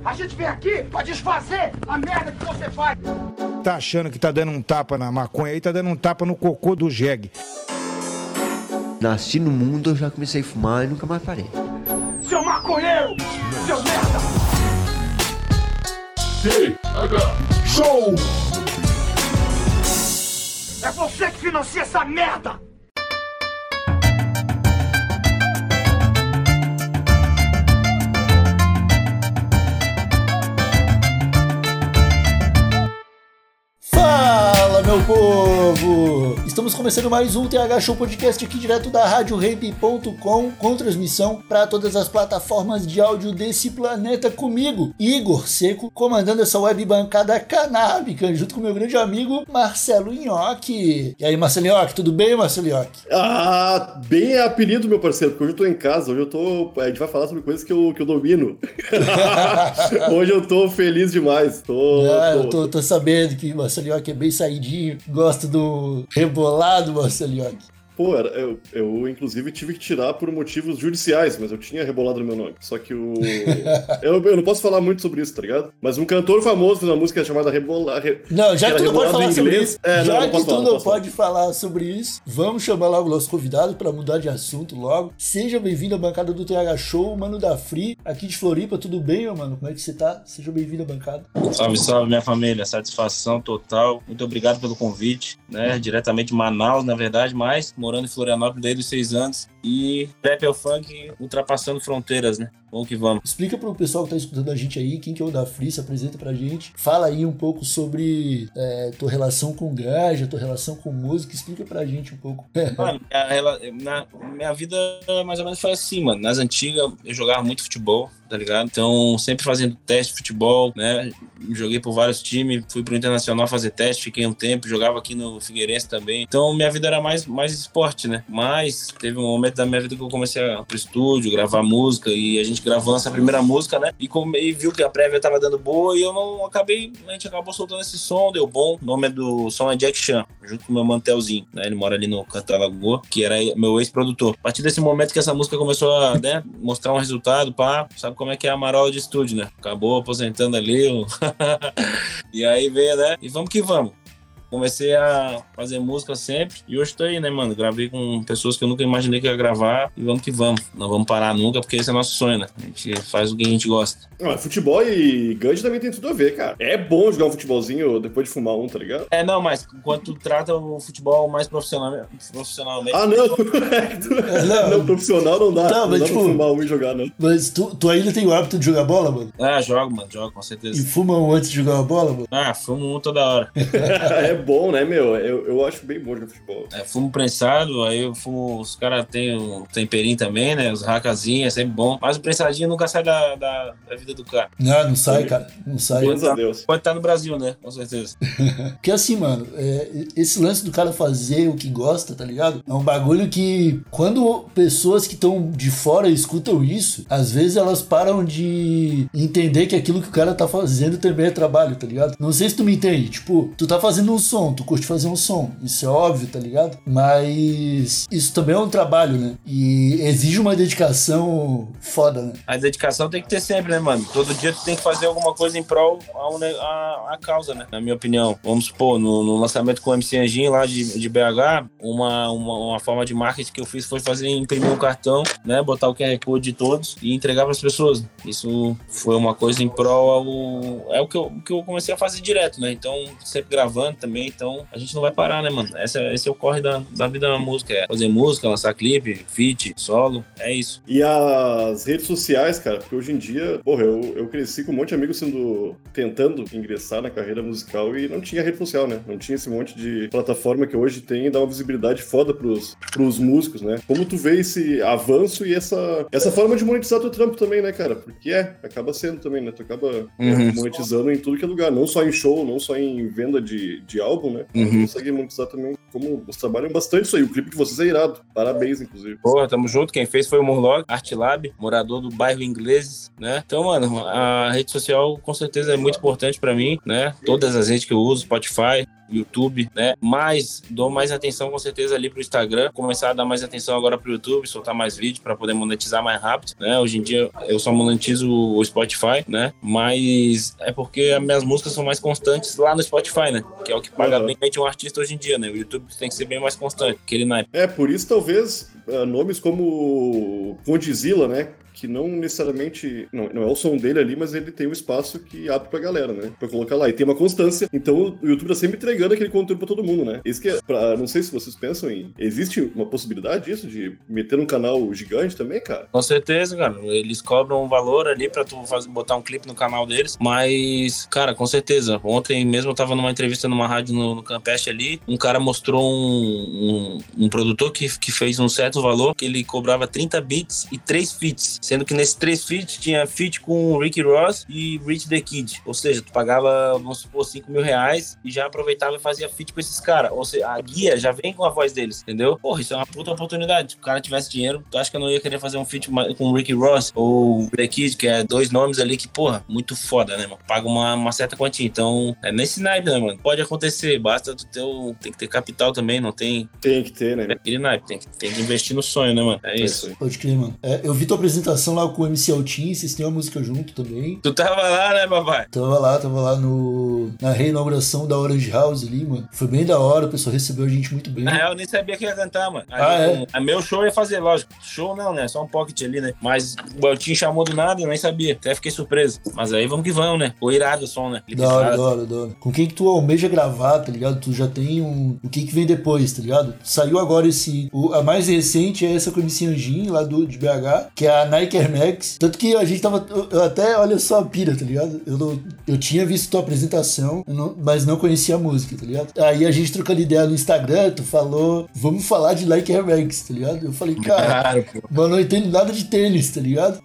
A gente vem aqui pra desfazer a merda que você faz. Tá achando que tá dando um tapa na maconha aí, tá dando um tapa no cocô do jegue. Nasci no mundo, eu já comecei a fumar e nunca mais parei. Seu maconheiro! Seu merda! Show! É você que financia essa merda! Fala, meu povo! Estamos começando mais um TH Show Podcast aqui direto da RadioRamp.com, com transmissão para todas as plataformas de áudio desse planeta comigo, Igor Seco, comandando essa web bancada canábica, junto com meu grande amigo Marcelo Nhoque. E aí, Marcelo Nhoque, tudo bem, Marcelo Nhoque? Ah, bem é apelido, meu parceiro, porque hoje eu tô em casa, a gente vai falar sobre coisas que eu domino. Hoje eu tô feliz demais. Eu tô sabendo que Marcelo Nhoque é bem saidinho, gosta do rebolado, Marcelo Nhoque. Pô, eu inclusive tive que tirar por motivos judiciais, mas eu tinha rebolado no meu nome. Só que eu não posso falar muito sobre isso, tá ligado? Mas um cantor famoso fez uma música chamada Rebolar. Não, já que tu não pode falar sobre isso, já que tu não pode falar sobre isso, vamos chamar logo o nosso convidado pra mudar de assunto logo. Seja bem-vindo à bancada do TH Show, mano da Free, aqui de Floripa, tudo bem, meu mano? Como é que você tá? Seja bem-vindo à bancada. Salve, salve, minha família. Satisfação total. Muito obrigado pelo convite, né? Diretamente de Manaus, na verdade, mas morando em Florianópolis desde os 6 anos e rap é o funk ultrapassando fronteiras, né? Vamos que vamos. Explica pro pessoal que tá escutando a gente aí, quem que é o da Free, se apresenta pra gente. Fala aí um pouco sobre tua relação com ganja, tua relação com música, explica pra gente um pouco. Mano, minha vida mais ou menos foi assim, mano. Nas antigas eu jogava muito futebol, tá ligado? Então sempre fazendo teste de futebol, né? Joguei por vários times, fui pro Internacional fazer teste, fiquei um tempo, jogava aqui no Figueirense também. Então minha vida era mais esporte, né? Mas teve um momento da minha vida que eu comecei a ir pro estúdio, gravar música, e a gente gravou nossa primeira música, né? E viu que a prévia tava dando boa e a gente acabou soltando esse som, deu bom. O nome do som é Jack Chan, junto com o meu Mantelzinho, né? Ele mora ali no Canto da Lagoa, que era meu ex-produtor. A partir desse momento que essa música começou a, né, mostrar um resultado, pá, sabe como é que é a marola de estúdio, né? Acabou aposentando ali. E aí veio, né? E vamos que vamos. Comecei a fazer música sempre e hoje tô aí, né, mano? Gravei com pessoas que eu nunca imaginei que ia gravar e vamos que vamos. Não vamos parar nunca porque esse é nosso sonho, né? A gente faz o que a gente gosta. Futebol e ganja também tem tudo a ver, cara. É bom jogar um futebolzinho depois de fumar um, tá ligado? Não, mas enquanto tu trata o futebol mais profissionalmente... Ah, não! Não, profissional não dá. Não, mas dá pra fumar um e jogar, não. Mas tu ainda tem o hábito de jogar bola, mano? Jogo, com certeza. E fuma um antes de jogar a bola, mano? Fumo um toda hora. É bom, né, meu? Eu acho bem bom jogar futebol. Fumo prensado, aí eu fumo... Os caras têm um temperinho também, né? Os racazinhos, é sempre bom. Mas o prensadinho nunca sai da vida do cara. Não sai, cara. Não sai. Graças a Deus. Pode estar no Brasil, né? Com certeza. Porque assim, mano, esse lance do cara fazer o que gosta, tá ligado? É um bagulho que, quando pessoas que estão de fora escutam isso, às vezes elas param de entender que aquilo que o cara tá fazendo também é trabalho, tá ligado? Não sei se tu me entende. Tipo, tu tá fazendo um som, tu curte fazer um som, isso é óbvio, tá ligado? Mas isso também é um trabalho, né? E exige uma dedicação foda, né? A dedicação tem que ter sempre, né, mano? Todo dia tu tem que fazer alguma coisa em prol a causa, né? Na minha opinião. Vamos supor, no lançamento com o MC Anjinho lá de BH, uma forma de marketing que eu fiz foi imprimir um cartão, né? Botar o QR Code de todos e entregar pras pessoas. Isso foi uma coisa em prol o que eu comecei a fazer direto, né? Então, sempre gravando também, então a gente não vai parar, né, mano? Esse é o corre da vida da música, é fazer música, lançar clipe, feat, solo, é isso. E as redes sociais, cara, porque hoje em dia, porra, eu cresci com um monte de amigos tentando ingressar na carreira musical e não tinha rede social, né? Não tinha esse monte de plataforma que hoje tem e dá uma visibilidade foda pros músicos, né? Como tu vê esse avanço e essa forma de monetizar teu trampo também, né, cara? Porque acaba sendo também, né? Tu acaba monetizando em tudo que é lugar, não só em show, não só em venda de álbum, né? Tu consegue monetizar também como vocês trabalham bastante isso aí. O clipe de vocês é irado. Parabéns, inclusive. Porra, tamo junto. Quem fez foi o Murloc, Artlab, morador do bairro Ingleses, né? Então, mano, a rede social com certeza é muito importante pra mim, né? Todas as redes que eu uso, Spotify, YouTube, né? Mas dou mais atenção com certeza ali pro Instagram, começar a dar mais atenção agora pro YouTube, soltar mais vídeo pra poder monetizar mais rápido, né? Hoje em dia eu só monetizo o Spotify, né? Mas é porque as minhas músicas são mais constantes lá no Spotify, né? Que é o que paga bem um artista hoje em dia, né? O YouTube tem que ser bem mais constante, aquele naipe. Por isso talvez nomes como Condzilla, né? Que não necessariamente, não é o som dele ali, mas ele tem um espaço que abre pra galera, né? Pra colocar lá. E tem uma constância. Então o YouTube tá sempre entregando aquele conteúdo pra todo mundo, né? Isso que não sei se vocês pensam em... Existe uma possibilidade disso? De meter um canal gigante também, cara? Com certeza, cara. Eles cobram um valor ali pra tu botar um clipe no canal deles. Mas, cara, com certeza. Ontem mesmo eu tava numa entrevista numa rádio no Campeche ali. Um cara mostrou um produtor que fez um certo valor, que ele cobrava 30 beats e 3 feats. Sendo que nesses 3 feats tinha feat com o Rick Ross e Rich the Kid. Ou seja, tu pagava, vamos supor, R$5.000 e já aproveitava e fazia feat com esses caras. Ou seja, a guia já vem com a voz deles, entendeu? Porra, isso é uma puta oportunidade. Se o cara tivesse dinheiro, tu acha que eu não ia querer fazer um feat com o Rick Ross ou The Kid, que é 2 nomes ali que, porra, muito foda, né, mano? Paga uma certa quantia. Então, é nesse naipe, né, mano? Pode acontecer, basta tu ter tem que ter capital também, não tem... Tem que ter, né? É aquele naipe, tem que investir no sonho, né, mano? É isso. Pode crer, mano. Eu vi tua apresentação lá com o MC Altin, vocês têm uma música junto também. Tu tava lá, né, papai? Tava lá na reinauguração da Orange House ali, mano. Foi bem da hora, o pessoal recebeu a gente muito bem. Na real, eu nem sabia que ia cantar, mano. É? Meu show ia fazer, lógico. Show não, né? Só um pocket ali, né? Mas o Altin chamou do nada, eu nem sabia. Até fiquei surpreso. Mas aí vamos que vamos, né? Foi irado o som, né? Da hora. Com quem que tu almeja gravar, tá ligado? Tu já tem o que vem depois, tá ligado? Saiu agora a mais recente é essa com o MC Anjinho, lá de BH, que é a Nike Air Max. Tanto que a gente tava... Eu até, olha só a pira, tá ligado? Eu tinha visto tua apresentação, mas não conhecia a música, tá ligado? Aí a gente trocando ideia no Instagram, tu falou, vamos falar de Nike Air Max, tá ligado? Eu falei, cara, mano, não entendo nada de tênis, tá ligado?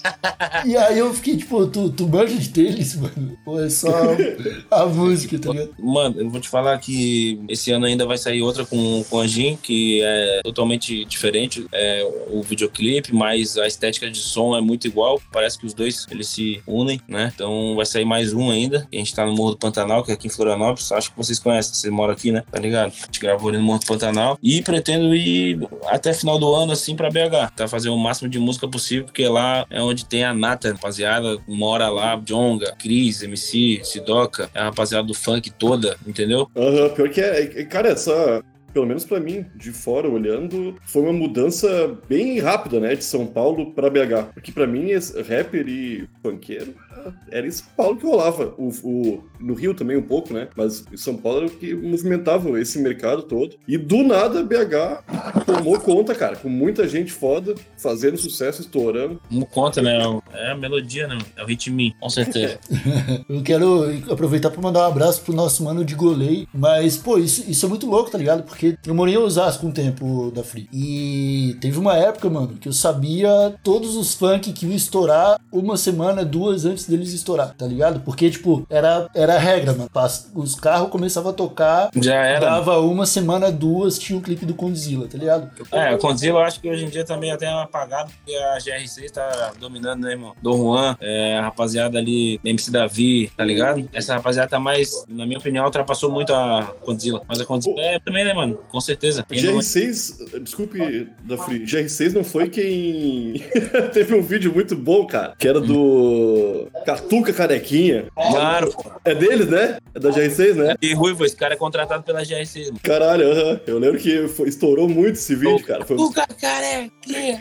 E aí eu fiquei, tipo, tu manja de tênis, mano? Ou é só a música, tá ligado? Mano, eu vou te falar que esse ano ainda vai sair outra com a Jin, que é totalmente diferente, o videoclipe, mas a estética de som é muito igual, parece que os dois, eles se unem, né? Então vai sair mais um ainda, a gente tá no Morro do Pantanal, que é aqui em Florianópolis, acho que vocês conhecem, vocês moram aqui, né? Tá ligado? A gente gravou ali no Morro do Pantanal e pretendo ir até final do ano, assim, pra BH, tá? Fazer o máximo de música possível, porque lá é onde tem a nata, rapaziada, mora lá, Djonga, Cris, MC, Sidoca, é a rapaziada do funk toda, entendeu? Pior que cara, essa... Pelo menos pra mim, de fora, olhando, foi uma mudança bem rápida, né? De São Paulo pra BH. Porque pra mim, esse rapper e funkeiro era em São Paulo que rolava. No Rio também um pouco, né? Mas em São Paulo era o que movimentava esse mercado todo. E do nada, BH tomou conta, cara. Com muita gente foda, fazendo sucesso, estourando. Como conta, né? É a melodia, né? É o ritminho, com certeza. Eu quero aproveitar pra mandar um abraço pro nosso mano de Golei. Mas, pô, isso é muito louco, tá ligado? Porque eu morei em Osasco um tempo, da Free. E teve uma época, mano, que eu sabia todos os funk que iam estourar 1 semana, 2 antes deles estourar, tá ligado? Porque, tipo, era a regra, mano. Os carros começavam a tocar, já era. Dava 1 semana, 2, tinha um clipe do Condzilla, tá ligado? O Condzilla eu acho que hoje em dia também até é apagado, porque a GR6 tá dominando, né, irmão? Do Juan, a rapaziada ali, MC Davi, tá ligado? Essa rapaziada tá mais, na minha opinião, ultrapassou muito a Condzilla. Mas a Condzilla também, né, mano? Com certeza. GR6, desculpe, da Free, GR6 não foi quem... Teve um vídeo muito bom, cara, que era do Catuca Carequinha. Claro. É deles, né? É da GR6, né? E Ruivo, esse cara é contratado pela GR6, mano. Caralho, eu lembro que estourou muito esse vídeo, cara. Catuca Carequinha.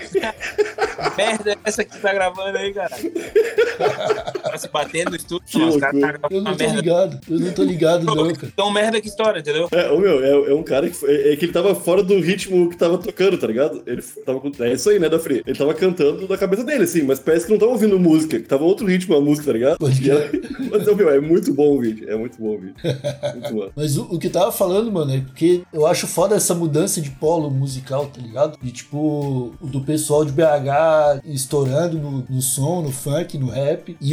Merda é essa que tu tá gravando aí, cara? Tá se batendo no estúdio. Eu não tô ligado, não, cara. Então merda que história, entendeu? É um cara que ele tava fora do ritmo que tava tocando, tá ligado? Ele tava... É isso aí, né, da Free? Ele tava cantando da cabeça dele, assim, mas parece que não tava ouvindo música, que tava outro ritmo a música, tá ligado? Mas, é muito bom o vídeo, Muito bom. Mas o que eu tava falando, mano, é porque eu acho foda essa mudança de polo musical, tá ligado? E, tipo, do pessoal de BH estourando no som, no funk, no rap, e o pessoal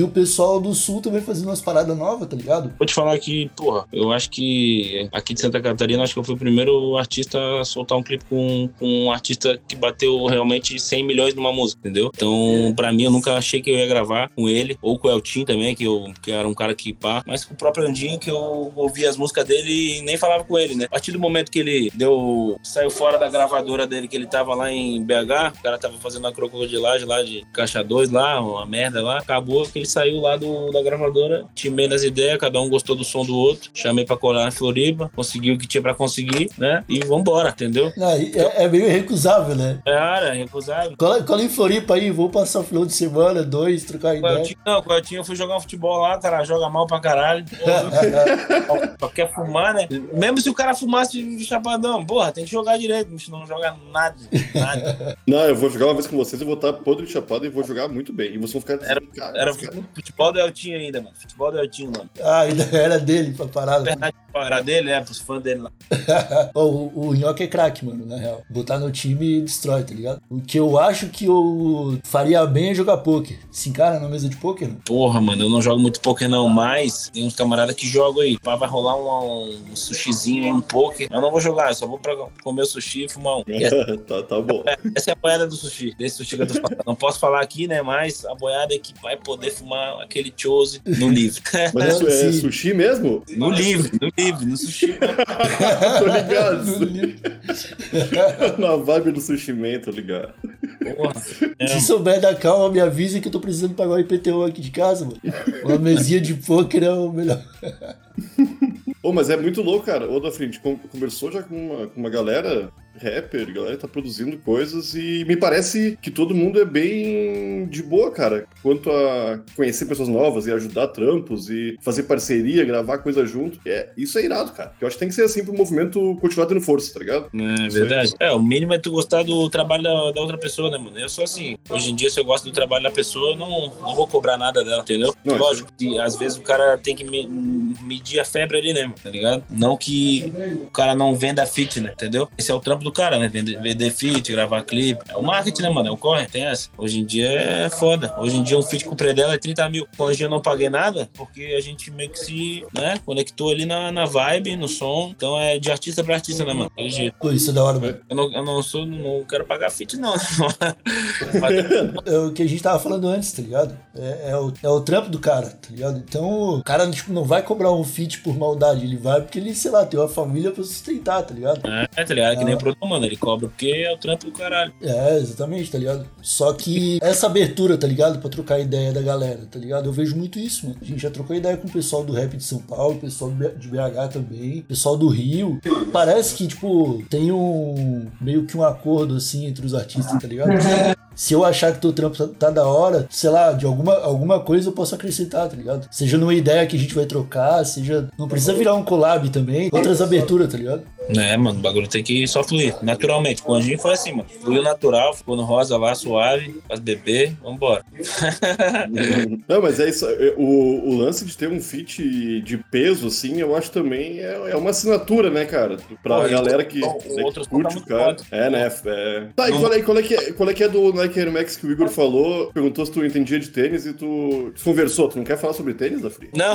pessoal do Sul também fazendo umas paradas novas, tá ligado? Vou te falar que, porra, eu acho que aqui de Santa Catarina, acho que eu fui o primeiro artista a soltar um clipe com um artista que bateu realmente 100 milhões numa música, entendeu? Então, pra mim, eu nunca achei que eu ia gravar com ele, ou com o Eltim também, que era um cara que pá, mas com o próprio Andinho, que eu ouvia as músicas dele e nem falava com ele, né? A partir do momento que ele saiu fora da gravadora dele, que ele tava lá em BH, o cara tava fazendo a crocodilagem lá de Caixa 2 lá, uma merda lá, acabou que ele saiu lá da gravadora, timei nas ideias, cada um gostou do som do outro, chamei pra colar na Floripa, conseguiu o que tinha pra conseguir, né? E vambora, entendeu? Não, é meio recusável, né? É recusável. Cola em Floripa aí, vou passar o final de semana, 2, trocar ideia. Com o Eltinho eu fui jogar um futebol lá, cara, joga mal pra caralho. Só quer fumar, né? Mesmo se o cara fumasse de chapadão, porra, tem que jogar direito, senão não joga nada. Não, eu vou jogar uma vez com vocês, eu vou estar podre de chapado e vou jogar muito bem. E vocês vão ficar... Era futebol do Eltinho ainda, mano. Futebol do Eltinho, mano. Ah, ainda era dele pra parada. Verdade, era dele, pros fãs dele lá. O Nhoque é craque, mano, na real. Botar no time e destrói, tá ligado? O que eu acho que eu faria bem é jogar poker. Se encara na mesa de poker, não? Porra, mano, eu não jogo muito poker não, mas tem uns camaradas que jogam aí. Vai rolar um sushizinho aí, um poker. Eu não vou jogar, eu só vou pra comer o sushi e fumar um. Tá bom. Essa é a boiada do sushi, desse sushi que eu tô falando. Não posso falar aqui, né, mas a boiada é que vai poder fumar aquele chose no livre. Mas isso é sushi mesmo? No livre, no sushi. Tô ligado. Na vibe do sushi man, tô ligado. Porra. Se souber da calma, me avisa que eu tô precisando pagar o IPTU aqui de casa, mano. Uma mesinha de poker é o melhor. Mas é muito louco, cara. Ô, Dafri, a gente conversou já com uma galera, rapper, galera que tá produzindo coisas e me parece que todo mundo é bem de boa, cara. Quanto a conhecer pessoas novas e ajudar trampos e fazer parceria, gravar coisa junto. Isso é irado, cara. Eu acho que tem que ser assim pro movimento continuar tendo força, tá ligado? É verdade. O mínimo é tu gostar do trabalho da outra pessoa, né, mano? Eu sou assim. Hoje em dia, se eu gosto do trabalho da pessoa, eu não vou cobrar nada dela, entendeu? Não, lógico que às vezes o cara tem que medir a febre ali, né, tá ligado? Não que o cara não venda feat, né, entendeu? Esse é o trampo do cara, né? Vender feat, gravar clipe. É o marketing, né, mano? É o corre, tem essa. Hoje em dia é foda. Hoje em dia um feat com o Predella é 30 mil. Hoje eu não paguei nada, porque a gente meio que se, né, conectou ali na vibe, no som. Então é de artista pra artista, né, mano? Pô, isso é da hora, mano. Eu não quero pagar feat, não. É o que a gente tava falando antes, tá ligado? É o trampo do cara, tá ligado? Então o cara tipo, não vai cobrar um feat por maldade, ele vai porque ele, sei lá, tem uma família pra sustentar, tá ligado? Tá ligado? Que nem o produto, mano, ele cobra porque é o trampo do caralho. Exatamente, tá ligado? Só que essa abertura, tá ligado? Pra trocar ideia da galera, tá ligado? Eu vejo muito isso, mano. A gente já trocou ideia com o pessoal do rap de São Paulo, o pessoal de BH também, o pessoal do Rio. Parece que, tipo, tem meio que um acordo, assim, entre os artistas, tá ligado? Se eu achar que teu trampo tá da hora, sei lá, de alguma coisa eu posso acrescentar, tá ligado? Seja numa ideia que a gente vai trocar, seja... Não precisa virar um collab também, outras aberturas, tá ligado? Mano, o bagulho tem que só fluir, naturalmente. Com o Anjinho foi assim, mano. Fluiu natural, ficou no rosa lá, suave, faz beber, vambora. Não, mas é isso. O lance de ter um feat de peso, assim, eu acho também é uma assinatura, né, cara? Pra galera que curte o cara. Né? Tá, e qual é que é do Nike Air Max que o Igor falou? Perguntou se tu entendia de tênis e tu conversou. Tu não quer falar sobre tênis, Dafri? Não.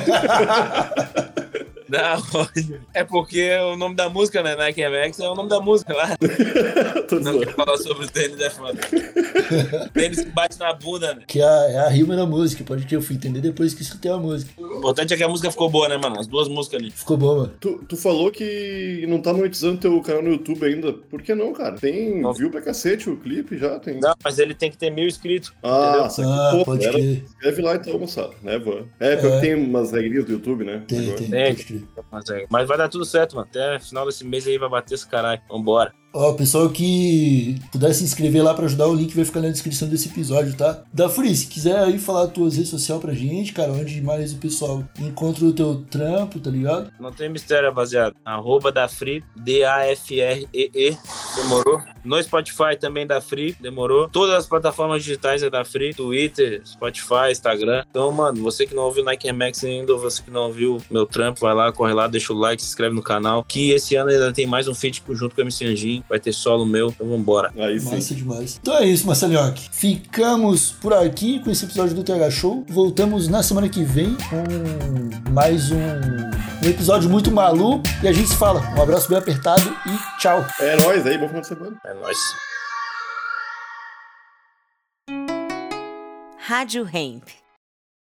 Não, é porque o nome da música, né? Nike Air Max é o nome da música lá. Não quer falar sobre o tênis, é foda. Tênis que bate na bunda, né? Que é a rima da música, pode que eu fui entender depois que escutei a música. O importante é que a música ficou boa, né, mano? As duas músicas ali. Ficou boa, mano. Tu falou que não tá monetizando teu canal no YouTube ainda. Por que não, cara? Tem view pra cacete o clipe já, tem. Não, mas ele tem que ter 1.000 inscritos. Pode crer. Escreve lá então, moçada, né, Van? Porque tem umas regrinhas do YouTube, né? Tem. Mas vai dar tudo certo, mano. Até final desse mês aí vai bater esse caralho. Vambora. Ó, pessoal que puder se inscrever lá pra ajudar, o link vai ficar na descrição desse episódio, tá? Dafri, se quiser aí falar as tuas redes sociais pra gente, cara, onde mais o pessoal encontra o teu trampo, tá ligado? Não tem mistério, rapaziada. @Dafri, DAFREE, demorou? No Spotify também Dafri, demorou? Todas as plataformas digitais é Dafri, Twitter, Spotify, Instagram. Então, mano, você que não ouviu Nike Air Max ainda, ou você que não ouviu meu trampo, vai lá, corre lá, deixa o like, se inscreve no canal, que esse ano ainda tem mais um feat junto com o MC Anjinho. vai ter solo meu, então vambora. Aí sim. Massa demais. Então é isso, Marcelinhoque. Ficamos por aqui com esse episódio do TH Show. Voltamos na semana que vem com mais um episódio muito maluco. E a gente se fala. Um abraço bem apertado e tchau. É nóis aí, bom final de semana. É nóis. Rádio Hemp.